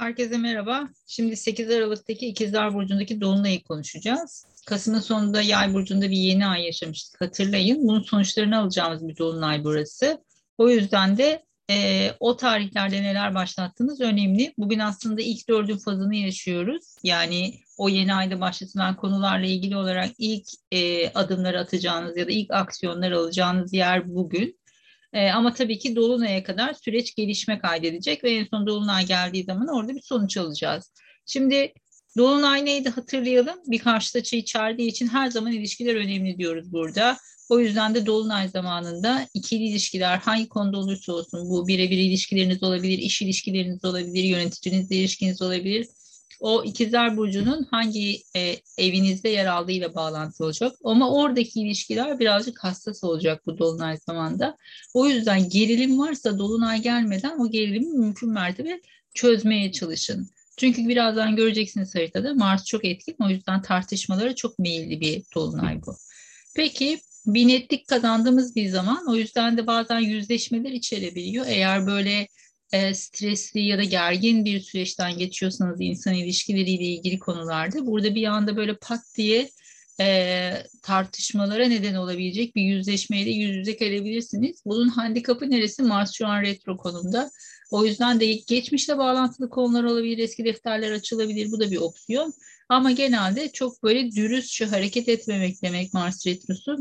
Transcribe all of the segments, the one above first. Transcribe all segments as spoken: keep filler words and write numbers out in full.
Herkese merhaba. Şimdi sekiz Aralık'taki İkizler Burcu'ndaki Dolunay'ı konuşacağız. Kasım'ın sonunda Yay Burcu'nda bir yeni ay yaşamıştık, hatırlayın. Bunun sonuçlarını alacağımız bir Dolunay burası. O yüzden de e, o tarihlerde neler başlattığınız önemli. Bugün aslında ilk dördün fazını yaşıyoruz. Yani o yeni ayda başlatılan konularla ilgili olarak ilk e, adımları atacağınız ya da ilk aksiyonlar alacağınız yer bugün. Ee, ama tabii ki Dolunay'a kadar süreç gelişme kaydedecek ve en son Dolunay geldiği zaman orada bir sonuç alacağız. Şimdi Dolunay neydi hatırlayalım. Bir karşıt açı içerdiği için her zaman ilişkiler önemli diyoruz burada. O yüzden de Dolunay zamanında ikili ilişkiler hangi konuda olursa olsun bu birebir ilişkileriniz olabilir, iş ilişkileriniz olabilir, yöneticinizle ilişkiniz olabilir. O İkizler Burcu'nun hangi e, evinizde yer aldığıyla bağlantılı olacak. Ama oradaki ilişkiler birazcık hassas olacak bu Dolunay zamanında. O yüzden gerilim varsa Dolunay gelmeden o gerilimi mümkün mertebe çözmeye çalışın. Çünkü birazdan göreceksiniz haritada Mars çok etkin. O yüzden tartışmalara çok meyilli bir Dolunay bu. Peki bir netlik kazandığımız bir zaman o yüzden de bazen yüzleşmeler içerebiliyor. Eğer böyle e, stresli ya da gergin bir süreçten geçiyorsanız insan ilişkileriyle ilgili konularda burada bir anda böyle pat diye e, tartışmalara neden olabilecek bir yüzleşmeyle yüz yüze gelebilirsiniz. Bunun handikapı neresi? Mars şu an retro konumda. O yüzden de geçmişle bağlantılı konular olabilir, eski defterler açılabilir. Bu da bir opsiyon. Ama genelde çok böyle dürüstçe hareket etmemek demek Mars retrosu.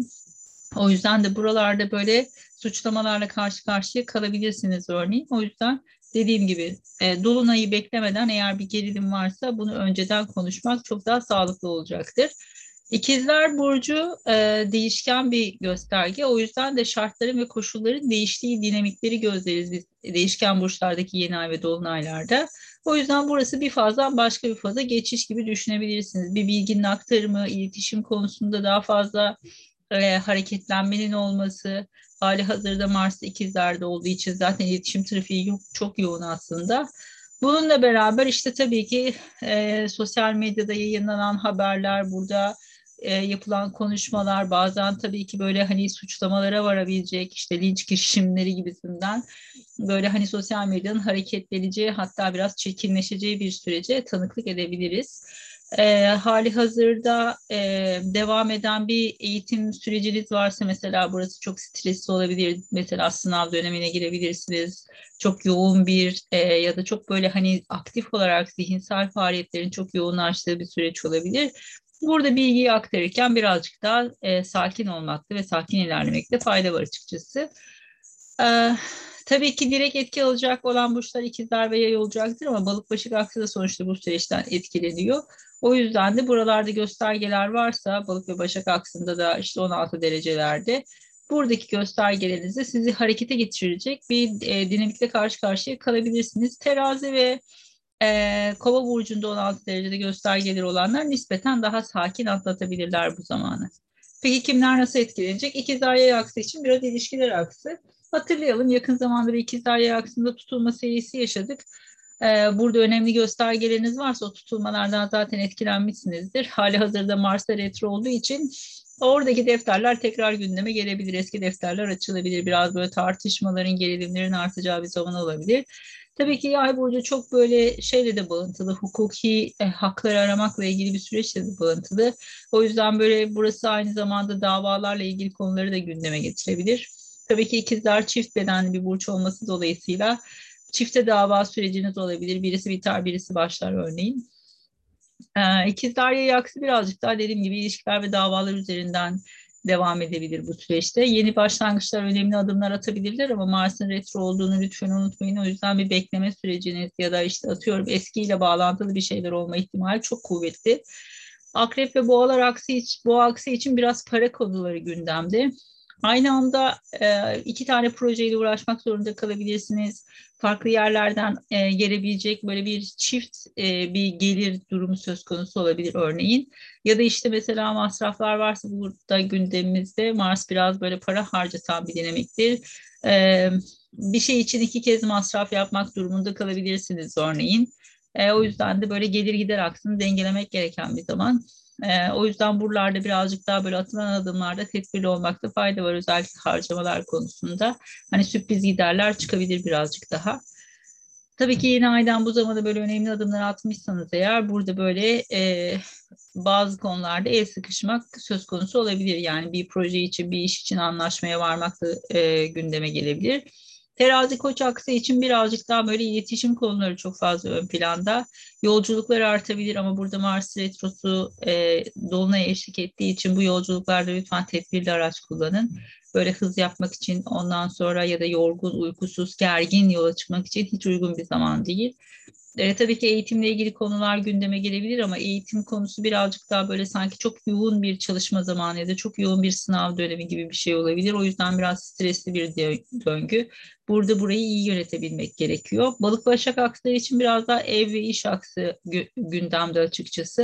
O yüzden de buralarda böyle suçlamalarla karşı karşıya kalabilirsiniz örneğin. O yüzden dediğim gibi e, dolunayı beklemeden eğer bir gerilim varsa bunu önceden konuşmak çok daha sağlıklı olacaktır. İkizler Burcu e, değişken bir gösterge. O yüzden de şartların ve koşulların değiştiği dinamikleri gözleriz biz değişken burçlardaki yeni ay ve dolunaylarda. O yüzden burası bir fazdan başka bir faza geçiş gibi düşünebilirsiniz. Bir bilginin aktarımı, iletişim konusunda daha fazla e, hareketlenmenin olması, hali hazırda Mars ikizlerde olduğu için zaten iletişim trafiği yok, çok yoğun aslında. Bununla beraber işte tabii ki e, sosyal medyada yayınlanan haberler, burada e, yapılan konuşmalar bazen tabii ki böyle hani suçlamalara varabilecek işte linç girişimleri gibisinden böyle hani sosyal medyanın hareketleneceği hatta biraz çirkinleşeceği bir sürece tanıklık edebiliriz. E, hali hazırda e, devam eden bir eğitim süreciniz varsa mesela burası çok stresli olabilir. Mesela sınav dönemine girebilirsiniz. Çok yoğun bir e, ya da çok böyle hani aktif olarak zihinsel faaliyetlerin çok yoğunlaştığı bir süreç olabilir. Burada bilgiyi aktarırken birazcık daha e, sakin olmakta ve sakin ilerlemekte fayda var açıkçası. Ee, tabii ki direkt etki alacak olan burçlar ikizler ve yay olacaktır ama balık başak aksi de sonuçta bu süreçten etkileniyor. O yüzden de buralarda göstergeler varsa balık ve başak aksında da işte on altı derecelerde buradaki göstergelerinizde sizi harekete geçirecek bir e, dinamikle karşı karşıya kalabilirsiniz. Terazi ve e, Kova burcunda on altı derecede göstergeleri olanlar nispeten daha sakin atlatabilirler bu zamanı. Peki kimler nasıl etkilenecek? İkizler yay aksı için biraz ilişkiler aksı. Hatırlayalım yakın zamanda bir ikizler yay aksında tutulma serisi yaşadık. Ee, burada önemli göstergeleriniz varsa o tutulmalardan zaten etkilenmişsinizdir. Hali hazırda Mars'ta retro olduğu için oradaki defterler tekrar gündeme gelebilir. Eski defterler açılabilir. Biraz böyle tartışmaların, gerilimlerin artacağı bir zaman olabilir. Tabii ki yay burcu çok böyle şeyle de bağıntılı, hukuki e, hakları aramakla ilgili bir süreçle de bağıntılı. O yüzden böyle burası aynı zamanda davalarla ilgili konuları da gündeme getirebilir. Tabii ki ikizler çift bedenli bir burç olması dolayısıyla çifte dava süreciniz olabilir. Birisi biter, birisi başlar örneğin. Ee, İkizler Yay aksi birazcık daha dediğim gibi ilişkiler ve davalar üzerinden devam edebilir bu süreçte. Yeni başlangıçlar önemli adımlar atabilirler ama Mars'ın retro olduğunu lütfen unutmayın. O yüzden bir bekleme süreciniz ya da işte atıyorum eskiyle bağlantılı bir şeyler olma ihtimali çok kuvvetli. Akrep ve boğalar aksi, iç- boğa aksi için biraz para konuları gündemde. Aynı anda e, iki tane projeyle uğraşmak zorunda kalabilirsiniz. Farklı yerlerden e, gelebilecek böyle bir çift e, bir gelir durumu söz konusu olabilir örneğin. Ya da işte mesela masraflar varsa burada gündemimizde Mars biraz böyle para harcatan bir dinamiktir. E, bir şey için iki kez masraf yapmak durumunda kalabilirsiniz örneğin. E, o yüzden de böyle gelir gider aksını dengelemek gereken bir zaman. E, o yüzden buralarda birazcık daha böyle atılan adımlarda tedbirli olmakta fayda var özellikle harcamalar konusunda. Hani sürpriz giderler çıkabilir birazcık daha. Tabii ki yeni aydan bu zamana böyle önemli adımlar atmışsanız eğer burada böyle e, bazı konularda el sıkışmak söz konusu olabilir. Yani bir proje için, bir iş için anlaşmaya varmak da e, gündeme gelebilir. Terazi Koç aksı için birazcık daha böyle iletişim konuları çok fazla ön planda. Yolculuklar artabilir ama burada Mars retrosu e, dolunaya eşlik ettiği için bu yolculuklarda lütfen tedbirli araç kullanın. Böyle hız yapmak için ondan sonra ya da yorgun, uykusuz, gergin yola çıkmak için hiç uygun bir zaman değil. E, tabii ki eğitimle ilgili konular gündeme gelebilir ama eğitim konusu birazcık daha böyle sanki çok yoğun bir çalışma zamanı ya da çok yoğun bir sınav dönemi gibi bir şey olabilir. O yüzden biraz stresli bir döngü. Burada burayı iyi yönetebilmek gerekiyor. Balık Başak aksları için biraz daha ev ve iş aksı gündemde açıkçası.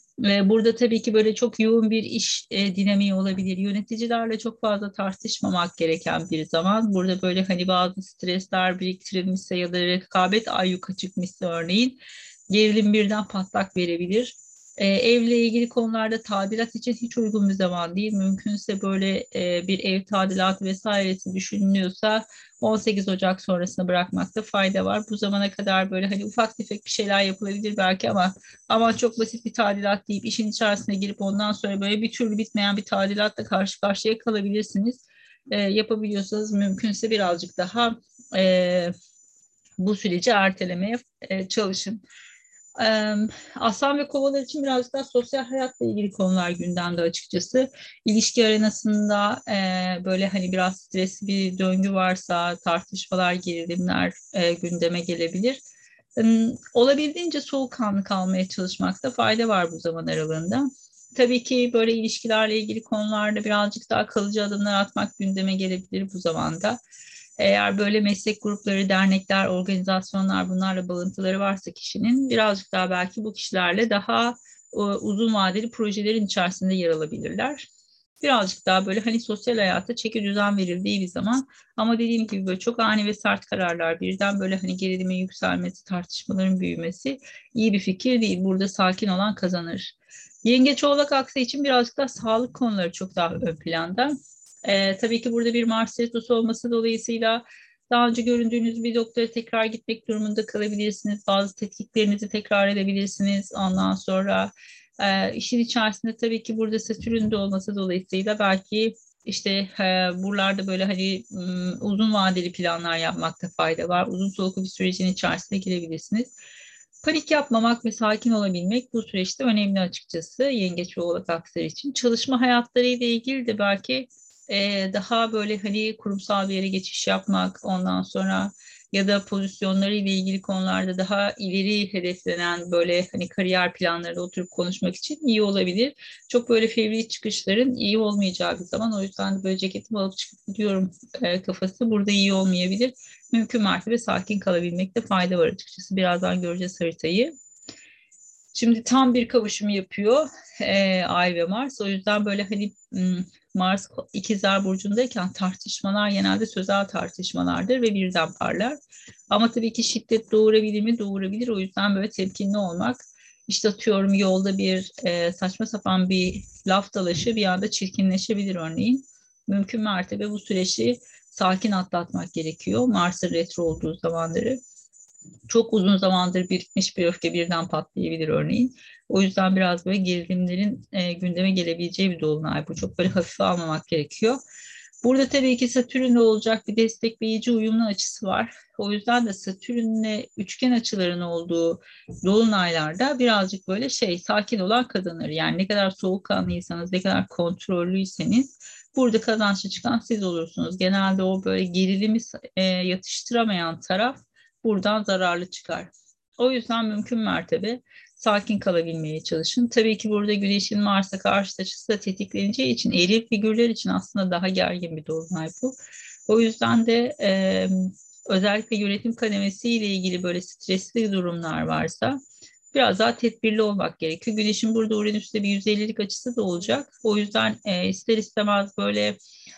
Ve burada tabii ki böyle çok yoğun bir iş e, dinamiği olabilir. Yöneticilerle çok fazla tartışmamak gereken bir zaman. Burada böyle hani bazı stresler biriktirilmişse ya da rekabet ayyuka çıkmışsa örneğin gerilim birden patlak verebilir. E, evle ilgili konularda tadilat için hiç uygun bir zaman değil. Mümkünse böyle e, bir ev tadilatı vesairesi düşünülüyorsa on sekiz Ocak sonrasına bırakmakta fayda var. Bu zamana kadar böyle hani ufak tefek bir şeyler yapılabilir belki ama ama çok basit bir tadilat deyip işin içerisine girip ondan sonra böyle bir türlü bitmeyen bir tadilatla karşı karşıya kalabilirsiniz. E, yapabiliyorsanız mümkünse birazcık daha e, bu süreci ertelemeye e, çalışın. Ee, Aslan ve Kovalar için birazcık daha sosyal hayatla ilgili konular gündemde açıkçası. İlişki arenasında e, böyle hani biraz stresli bir döngü varsa tartışmalar, gerilimler e, gündeme gelebilir. Im, Olabildiğince soğukkanlı kalmaya çalışmakta fayda var bu zaman aralığında. Tabii ki böyle ilişkilerle ilgili konularda birazcık daha kalıcı adımlar atmak gündeme gelebilir bu zamanda. Eğer böyle meslek grupları, dernekler, organizasyonlar bunlarla bağıntıları varsa kişinin birazcık daha belki bu kişilerle daha e, uzun vadeli projelerin içerisinde yer alabilirler. Birazcık daha böyle hani sosyal hayata çeki düzen verildiği bir zaman ama dediğim gibi böyle çok ani ve sert kararlar birden böyle hani gerilimin yükselmesi, tartışmaların büyümesi iyi bir fikir değil. Burada sakin olan kazanır. Yengeç Oğlak aksı için birazcık daha sağlık konuları çok daha ön planda. Ee, tabii ki burada bir Mars retrosu olması dolayısıyla daha önce göründüğünüz bir doktora tekrar gitmek durumunda kalabilirsiniz. Bazı tetkiklerinizi tekrar edebilirsiniz. Ondan sonra e, işin içerisinde tabii ki burada Satürn de olması dolayısıyla belki işte e, buralarda böyle hani m, uzun vadeli planlar yapmakta fayda var. Uzun soluklu bir sürecin içerisine girebilirsiniz. Panik yapmamak ve sakin olabilmek bu süreçte önemli açıkçası Yengeç ve Oğlak Aksları için. Çalışma hayatları ile ilgili de belki e, daha böyle hani kurumsal bir yere geçiş yapmak, ondan sonra ya da pozisyonları ile ilgili konularda daha ileri hedeflenen böyle hani kariyer planlarında oturup konuşmak için iyi olabilir. Çok böyle fevri çıkışların iyi olmayacağı bir zaman. O yüzden de böyle ceketimi alıp çıkıp gidiyorum e, kafası burada iyi olmayabilir. Mümkün mertebe sakin kalabilmekte fayda var açıkçası. Birazdan göreceğiz haritayı. Şimdi tam bir kavuşum yapıyor e, Ay ve Mars. O yüzden böyle hani m, Mars İkizler Burcu'ndayken tartışmalar genelde sözel tartışmalardır ve birden parlar. Ama tabii ki şiddet doğurabilir mi? Doğurabilir. O yüzden böyle temkinli olmak. İşte atıyorum yolda bir e, saçma sapan bir laf dalaşı bir anda çirkinleşebilir örneğin. Mümkün mertebe bu süreci sakin atlatmak gerekiyor. Mars'ın retro olduğu zamanları çok uzun zamandır birikmiş bir öfke birden patlayabilir örneğin. O yüzden biraz böyle gerilimlerin e, gündeme gelebileceği bir dolunay bu. Çok böyle hafife almamak gerekiyor. Burada tabii ki Satürn'le olacak bir destekleyici uyumlu açısı var. O yüzden de Satürn'le üçgen açıların olduğu dolunaylarda birazcık böyle şey sakin olan kazanır. Yani ne kadar soğukkanlıysanız, ne kadar kontrollüyseniz burada kazançlı çıkan siz olursunuz. Genelde o böyle gerilimi e, yatıştıramayan taraf buradan zararlı çıkar. O yüzden mümkün mertebe sakin kalabilmeye çalışın. Tabii ki burada Güneş'in Mars'a karşı açısı da tetikleneceği için eril figürler için aslında daha gergin bir dolunay bu. O yüzden de e, özellikle yönetim kademesiyle ilgili böyle stresli durumlar varsa biraz daha tedbirli olmak gerekiyor. Güneşin burada Uranüs'te bir yüz ellilik açısı da olacak. O yüzden e, ister istemez böyle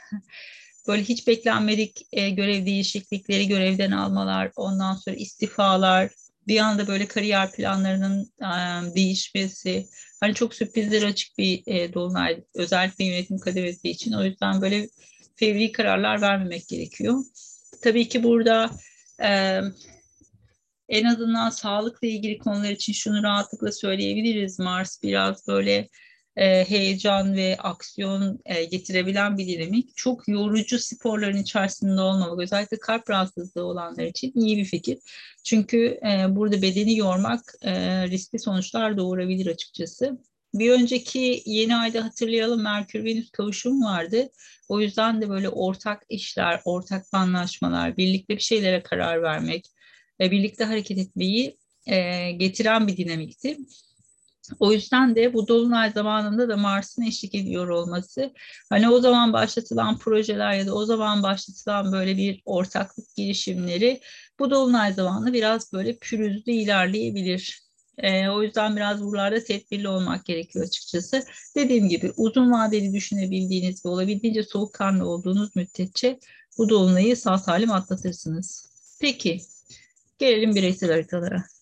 böyle hiç beklenmedik e, görev değişiklikleri, görevden almalar, ondan sonra istifalar, bir anda böyle kariyer planlarının e, değişmesi, hani çok sürprizlere açık bir e, dolunay, özellikle yönetim kademesi için. O yüzden böyle fevri kararlar vermemek gerekiyor. Tabii ki burada e, En azından sağlıkla ilgili konular için şunu rahatlıkla söyleyebiliriz. Mars biraz böyle e, heyecan ve aksiyon e, getirebilen bir dinamik. Çok yorucu sporların içerisinde olmamak, özellikle kalp rahatsızlığı olanlar için iyi bir fikir. Çünkü e, burada bedeni yormak e, riskli sonuçlar doğurabilir açıkçası. Bir önceki yeni ayda hatırlayalım, Merkür-Venüs kavuşumu vardı. O yüzden de böyle ortak işler, ortak anlaşmalar, birlikte bir şeylere karar vermek ve birlikte hareket etmeyi e, getiren bir dinamikti. O yüzden de bu dolunay zamanında da Mars'ın eşlik ediyor olması, hani o zaman başlatılan projeler ya da o zaman başlatılan böyle bir ortaklık girişimleri bu dolunay zamanı biraz böyle pürüzlü ilerleyebilir. Ee, o yüzden biraz buralarda tedbirli olmak gerekiyor açıkçası. Dediğim gibi uzun vadeli düşünebildiğiniz ve olabildiğince soğukkanlı olduğunuz müddetçe bu dolunayı sağ salim atlatırsınız. Peki, gelelim bireysel haritalara.